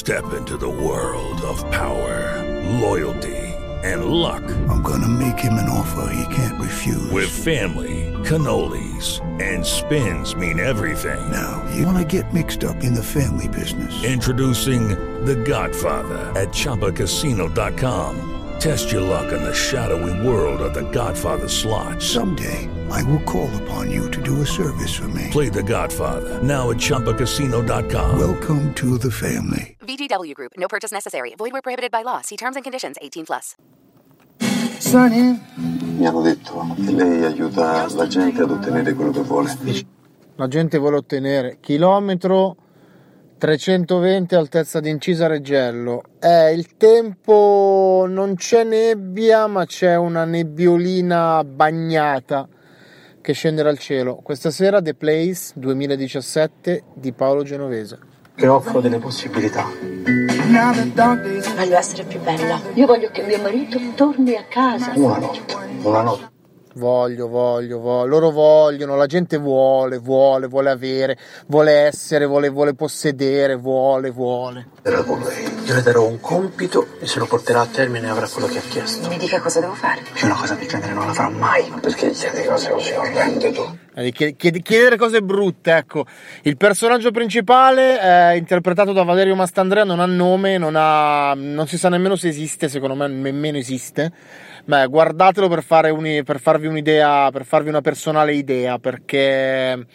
Step into the world of power, loyalty, and luck. I'm gonna make him an offer he can't refuse. With family, cannolis, and spins mean everything. Now, you wanna get mixed up in the family business. Introducing The Godfather at ChumbaCasino.com. Test your luck in the shadowy world of The Godfather slot. Someday, I will call upon you to do a service for me. Play The Godfather, now at ChumbaCasino.com. Welcome to the family. VGW Group. No purchase necessary. Void where prohibited by law. See terms and conditions. 18+. Sunny? Mi hanno detto che lei aiuta la gente ad ottenere quello che vuole. La gente vuole ottenere chilometro 320 altezza di Incisa Reggello. Il tempo, non c'è nebbia, ma c'è una nebbiolina bagnata che scende dal cielo. Questa sera The Place 2017 di Paolo Genovese. Che offro delle possibilità. Voglio essere più bella. Io voglio che mio marito torni a casa. Una notte. Voglio, loro vogliono, la gente vuole avere, vuole essere, vuole possedere, vuole. Era con lei. Io le darò un compito e se lo porterà a termine avrà quello che ha chiesto. Mi dica cosa devo fare. Io una cosa del genere non la farò mai. Ma perché chiedi cose così orrende tu? Chiedere cose brutte, ecco. Il personaggio principale, interpretato da Valerio Mastandrea, non ha nome, non si sa nemmeno se esiste, secondo me nemmeno esiste. Beh, guardatelo per farvi un'idea, per farvi una personale idea, perché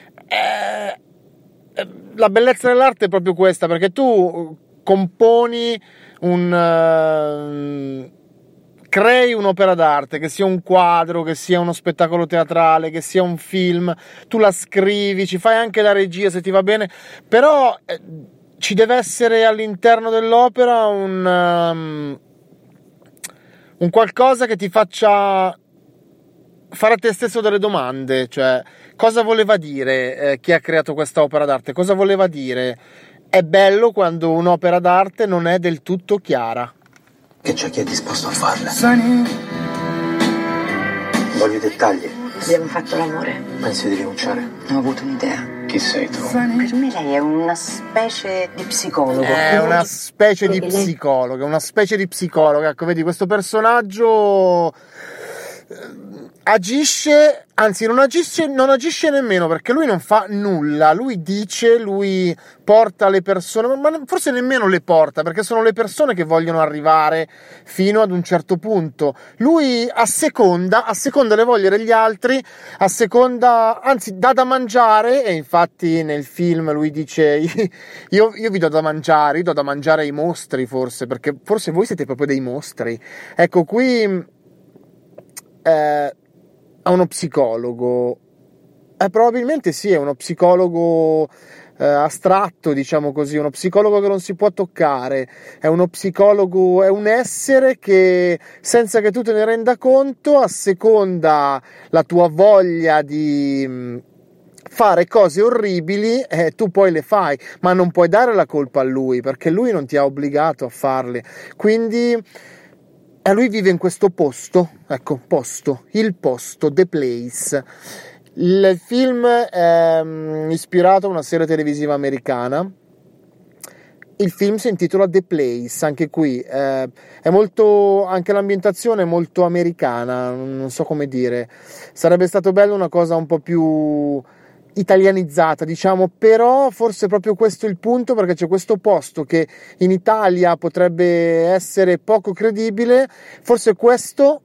la bellezza dell'arte è proprio questa, perché tu componi crei un'opera d'arte, che sia un quadro, che sia uno spettacolo teatrale, che sia un film, tu la scrivi, ci fai anche la regia se ti va bene, però ci deve essere all'interno dell'opera un qualcosa che ti faccia fare a te stesso delle domande, cioè cosa voleva dire chi ha creato questa opera d'arte, cosa voleva dire. È bello quando un'opera d'arte non è del tutto chiara. Che c'è chi è disposto a farla. Voglio i dettagli. Abbiamo fatto l'amore. Pensi di rinunciare? Ho avuto un'idea. Chi sei tu? Per me lei è una specie di psicologo. È una specie di psicologa, ecco, vedi, questo personaggio agisce, anzi non agisce nemmeno, perché lui non fa nulla, lui dice, lui porta le persone, ma forse nemmeno le porta, perché sono le persone che vogliono arrivare fino ad un certo punto. Lui asseconda le voglie degli altri, anzi dà da mangiare, e infatti nel film lui dice io vi do da mangiare, ai mostri, forse, perché forse voi siete proprio dei mostri. Ecco, qui a uno psicologo, probabilmente sì, è uno psicologo astratto, diciamo così, uno psicologo che non si può toccare, è uno psicologo, è un essere che senza che tu te ne renda conto asseconda la tua voglia di fare cose orribili, tu poi le fai, ma non puoi dare la colpa a lui, perché lui non ti ha obbligato a farle. Quindi lui vive in questo posto, il posto, The Place. Il film è ispirato a una serie televisiva americana. Il film si intitola The Place, anche qui è molto, anche l'ambientazione è molto americana, non so come dire. Sarebbe stato bello una cosa un po' più italianizzata, diciamo, però forse proprio questo è il punto, perché c'è questo posto che in Italia potrebbe essere poco credibile, forse questo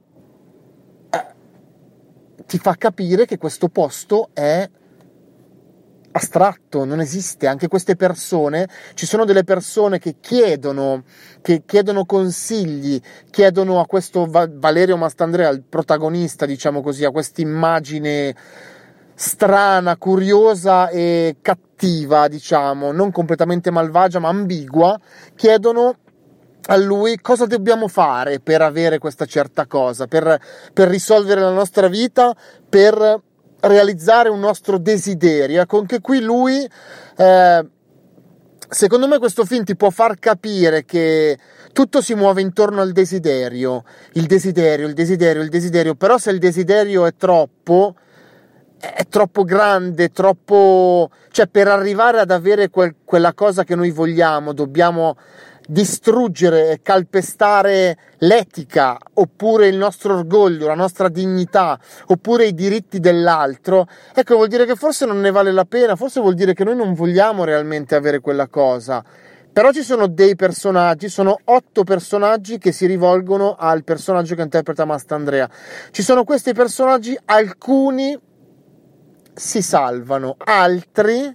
ti fa capire che questo posto è astratto, non esiste. Anche queste persone, ci sono delle persone che chiedono consigli, chiedono a questo Valerio Mastandrea, il protagonista, diciamo così, a questa immagine strana, curiosa e cattiva, diciamo, non completamente malvagia ma ambigua, chiedono a lui cosa dobbiamo fare per avere questa certa cosa, per risolvere la nostra vita, per realizzare un nostro desiderio. Ecco, anche qui lui, secondo me questo film ti può far capire che tutto si muove intorno al desiderio, il desiderio, però se il desiderio è troppo, è troppo grande, troppo, cioè per arrivare ad avere quella cosa che noi vogliamo dobbiamo distruggere e calpestare l'etica, oppure il nostro orgoglio, la nostra dignità, oppure i diritti dell'altro. Ecco, vuol dire che forse non ne vale la pena, forse vuol dire che noi non vogliamo realmente avere quella cosa. Però ci sono dei personaggi, sono 8 personaggi che si rivolgono al personaggio che interpreta Mastandrea. Ci sono questi personaggi, alcuni si salvano, altri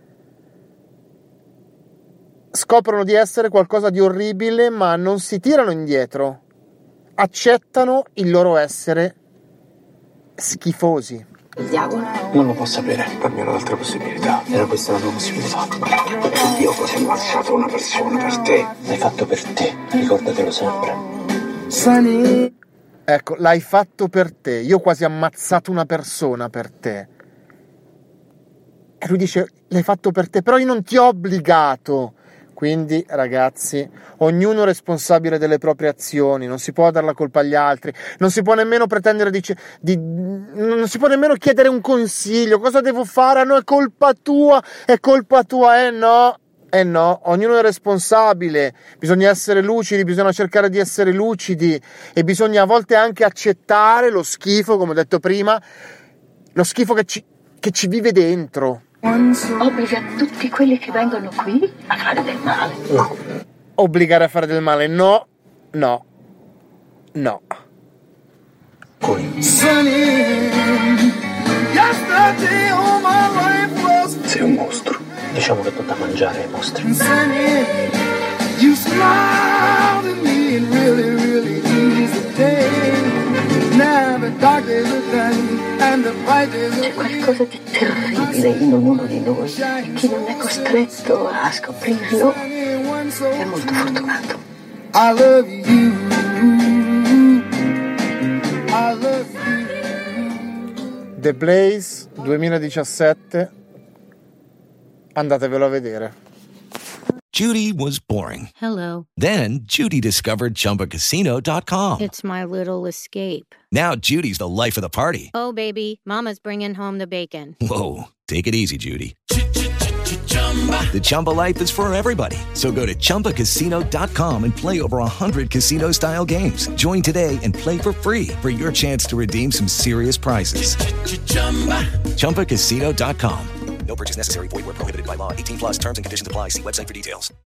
scoprono di essere qualcosa di orribile, ma non si tirano indietro, accettano il loro essere schifosi. Il diavolo non lo può sapere. Per me era un'altra possibilità. Era questa la tua possibilità. Io ho quasi ammazzato una persona per te. L'hai fatto per te, ricordatelo sempre. Ecco, l'hai fatto per te. Io ho quasi ammazzato una persona per te. E lui dice, l'hai fatto per te, però io non ti ho obbligato. Quindi, ragazzi, ognuno è responsabile delle proprie azioni, non si può dare la colpa agli altri, non si può nemmeno pretendere non si può nemmeno chiedere un consiglio. Cosa devo fare? Ah, no, è colpa tua, no, ognuno è responsabile, bisogna essere lucidi, bisogna cercare di essere lucidi e bisogna a volte anche accettare lo schifo, come ho detto prima, lo schifo che ci vive dentro. Obbliga tutti quelli che vengono qui a fare del male. No. Obbligare a fare del male, no. Sei un mostro. Diciamo che do da mangiare ai mostri. C'è qualcosa di terribile in ognuno di noi e chi non è costretto a scoprirlo è molto fortunato. I love you. The Blaze 2017, andatevelo a vedere. Judy was boring. Hello. Then Judy discovered ChumbaCasino.com. It's my little escape. Now Judy's the life of the party. Oh, baby, mama's bringing home the bacon. Whoa, take it easy, Judy. The Chumba life is for everybody. So go to ChumbaCasino.com and play over 100 casino-style games. Join today and play for free for your chance to redeem some serious prizes. ChumbaCasino.com. No purchase necessary. Void where prohibited by law. 18+ terms and conditions apply. See website for details.